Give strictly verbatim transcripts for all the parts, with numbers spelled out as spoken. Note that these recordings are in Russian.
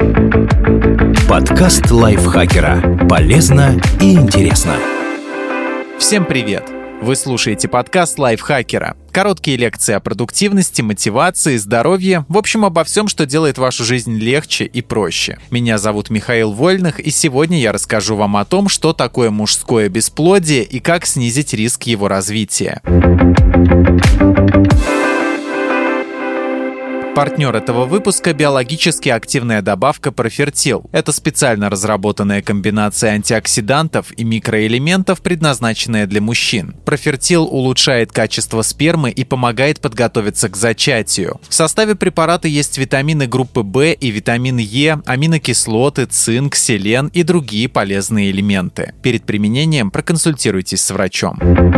Подкаст лайфхакера. Полезно и интересно. Всем привет! Вы слушаете подкаст лайфхакера. Короткие лекции о продуктивности, мотивации, здоровье, в общем, обо всем, что делает вашу жизнь легче и проще. Меня зовут Михаил Вольных, и сегодня я расскажу вам о том, что такое мужское бесплодие и как снизить риск его развития. Партнер этого выпуска – биологически активная добавка Профертил. Это специально разработанная комбинация антиоксидантов и микроэлементов, предназначенная для мужчин. Профертил улучшает качество спермы и помогает подготовиться к зачатию. В составе препарата есть витамины группы В и витамин Е, аминокислоты, цинк, селен и другие полезные элементы. Перед применением проконсультируйтесь с врачом.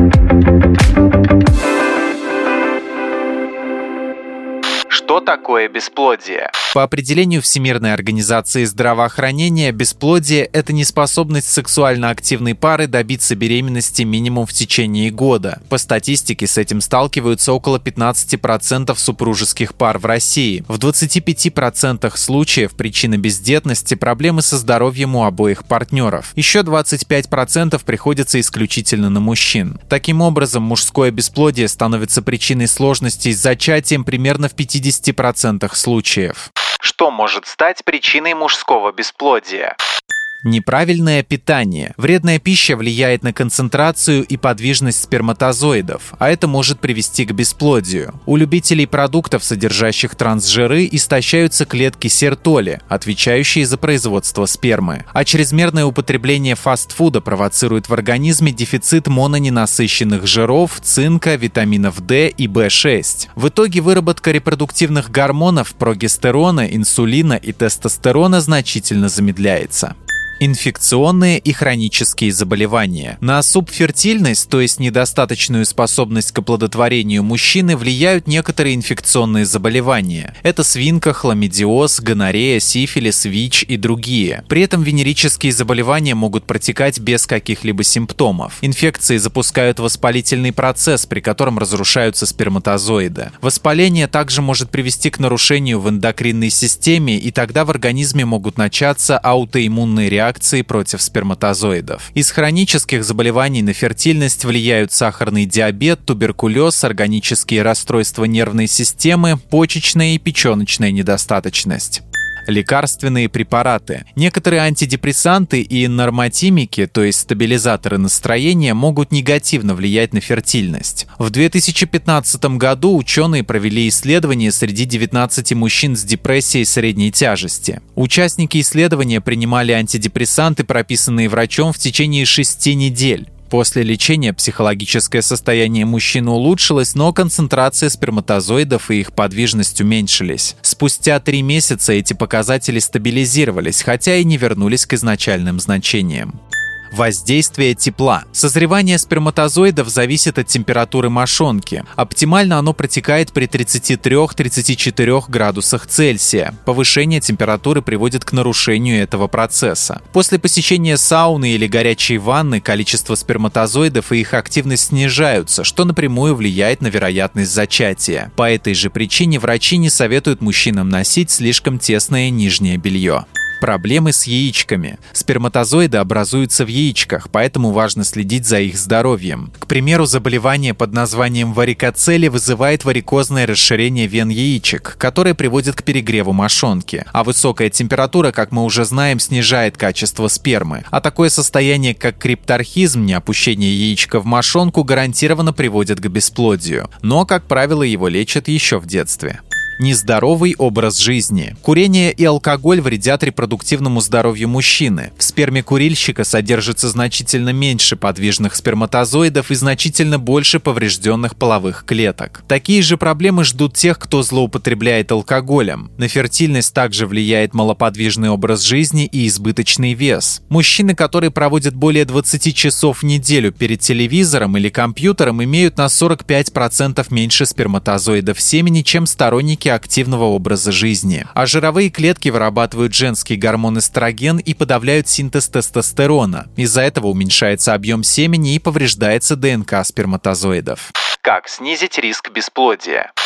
Что такое бесплодие? По определению Всемирной организации здравоохранения, бесплодие – это неспособность сексуально активной пары добиться беременности минимум в течение года. По статистике с этим сталкиваются около пятнадцать процентов супружеских пар в России. В двадцати пяти процентах случаев причина бездетности – проблемы со здоровьем у обоих партнеров. Еще двадцать пять процентов приходится исключительно на мужчин. Таким образом, мужское бесплодие становится причиной сложностей с зачатием примерно в пятидесяти процентах случаев. Что может стать причиной мужского бесплодия? Неправильное питание. Вредная пища влияет на концентрацию и подвижность сперматозоидов, а это может привести к бесплодию. У любителей продуктов, содержащих трансжиры, истощаются клетки сертоли, отвечающие за производство спермы. А чрезмерное употребление фастфуда провоцирует в организме дефицит мононенасыщенных жиров, цинка, витаминов D и бэ шесть. В итоге выработка репродуктивных гормонов, прогестерона, инсулина и тестостерона значительно замедляется. Инфекционные и хронические заболевания. На субфертильность, то есть недостаточную способность к оплодотворению мужчины, влияют некоторые инфекционные заболевания. Это свинка, хламидиоз, гонорея, сифилис, ВИЧ и другие. При этом венерические заболевания могут протекать без каких-либо симптомов. Инфекции запускают воспалительный процесс, при котором разрушаются сперматозоиды. Воспаление также может привести к нарушению в эндокринной системе, и тогда в организме могут начаться аутоиммунные реакции реакции против сперматозоидов. Из хронических заболеваний на фертильность влияют сахарный диабет, туберкулез, органические расстройства нервной системы, почечная и печеночная недостаточность. Лекарственные препараты. Некоторые антидепрессанты и нормотимики, то есть стабилизаторы настроения, могут негативно влиять на фертильность. В две тысячи пятнадцатом году ученые провели исследование среди девятнадцати мужчин с депрессией средней тяжести. Участники исследования принимали антидепрессанты, прописанные врачом, в течение шести недель. После лечения психологическое состояние мужчин улучшилось, но концентрация сперматозоидов и их подвижность уменьшились. Спустя три месяца эти показатели стабилизировались, хотя и не вернулись к изначальным значениям. Воздействие тепла. Созревание сперматозоидов зависит от температуры мошонки. Оптимально оно протекает при тридцати трёх — тридцати четырёх градусах Цельсия. Повышение температуры приводит к нарушению этого процесса. После посещения сауны или горячей ванны количество сперматозоидов и их активность снижаются, что напрямую влияет на вероятность зачатия. По этой же причине врачи не советуют мужчинам носить слишком тесное нижнее белье. Проблемы с яичками. Сперматозоиды образуются в яичках, поэтому важно следить за их здоровьем. К примеру, заболевание под названием варикоцеле вызывает варикозное расширение вен яичек, которое приводит к перегреву мошонки. А высокая температура, как мы уже знаем, снижает качество спермы. А такое состояние, как крипторхизм, неопущение яичка в мошонку, гарантированно приводит к бесплодию. Но, как правило, его лечат еще в детстве. Нездоровый образ жизни. Курение и алкоголь вредят репродуктивному здоровью мужчины. В сперме курильщика содержится значительно меньше подвижных сперматозоидов и значительно больше поврежденных половых клеток. Такие же проблемы ждут тех, кто злоупотребляет алкоголем. На фертильность также влияет малоподвижный образ жизни и избыточный вес. Мужчины, которые проводят более двадцати часов в неделю перед телевизором или компьютером, имеют на сорок пять процентов меньше сперматозоидов в семени, чем сторонники активного образа жизни. А жировые клетки вырабатывают женский гормон эстроген и подавляют синтез тестостерона. Из-за этого уменьшается объем семени и повреждается ДНК сперматозоидов. Как снизить риск бесплодия?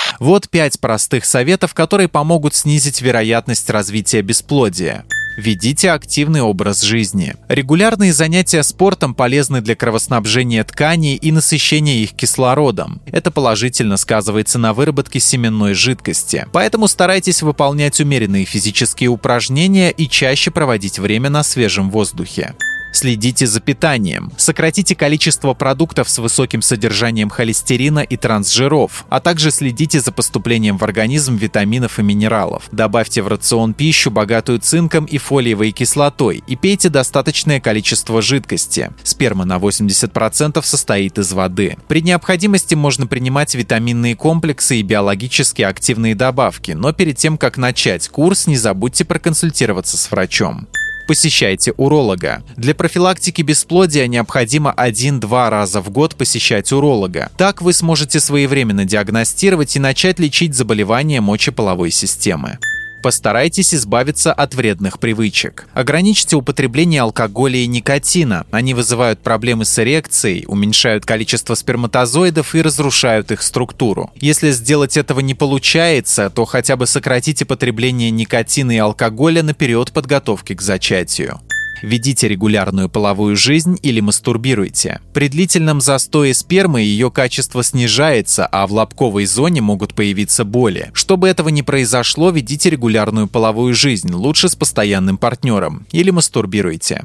Вот пять простых советов, которые помогут снизить вероятность развития бесплодия. Ведите активный образ жизни. Регулярные занятия спортом полезны для кровоснабжения тканей и насыщения их кислородом. Это положительно сказывается на выработке семенной жидкости. Поэтому старайтесь выполнять умеренные физические упражнения и чаще проводить время на свежем воздухе. Следите за питанием. Сократите количество продуктов с высоким содержанием холестерина и трансжиров, а также следите за поступлением в организм витаминов и минералов. Добавьте в рацион пищу, богатую цинком и фолиевой кислотой, и пейте достаточное количество жидкости. Сперма на восемьдесят процентов состоит из воды. При необходимости можно принимать витаминные комплексы и биологически активные добавки, но перед тем, как начать курс, не забудьте проконсультироваться с врачом. Посещайте уролога. Для профилактики бесплодия необходимо один-два раза в год посещать уролога. Так вы сможете своевременно диагностировать и начать лечить заболевания мочеполовой системы. Постарайтесь избавиться от вредных привычек. Ограничьте употребление алкоголя и никотина. Они вызывают проблемы с эрекцией, уменьшают количество сперматозоидов и разрушают их структуру. Если сделать этого не получается, то хотя бы сократите потребление никотина и алкоголя на период подготовки к зачатию. Ведите регулярную половую жизнь или мастурбируйте. При длительном застое спермы ее качество снижается, а в лобковой зоне могут появиться боли. Чтобы этого не произошло, ведите регулярную половую жизнь, лучше с постоянным партнером, или мастурбируйте.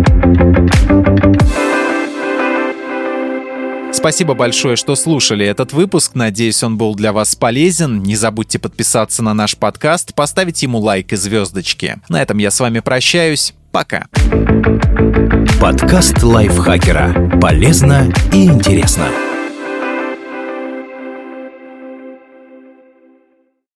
Спасибо большое, что слушали этот выпуск. Надеюсь, он был для вас полезен. Не забудьте подписаться на наш подкаст, поставить ему лайк и звездочки. На этом я с вами прощаюсь. Пока. Подкаст лайфхакера. Полезно и интересно.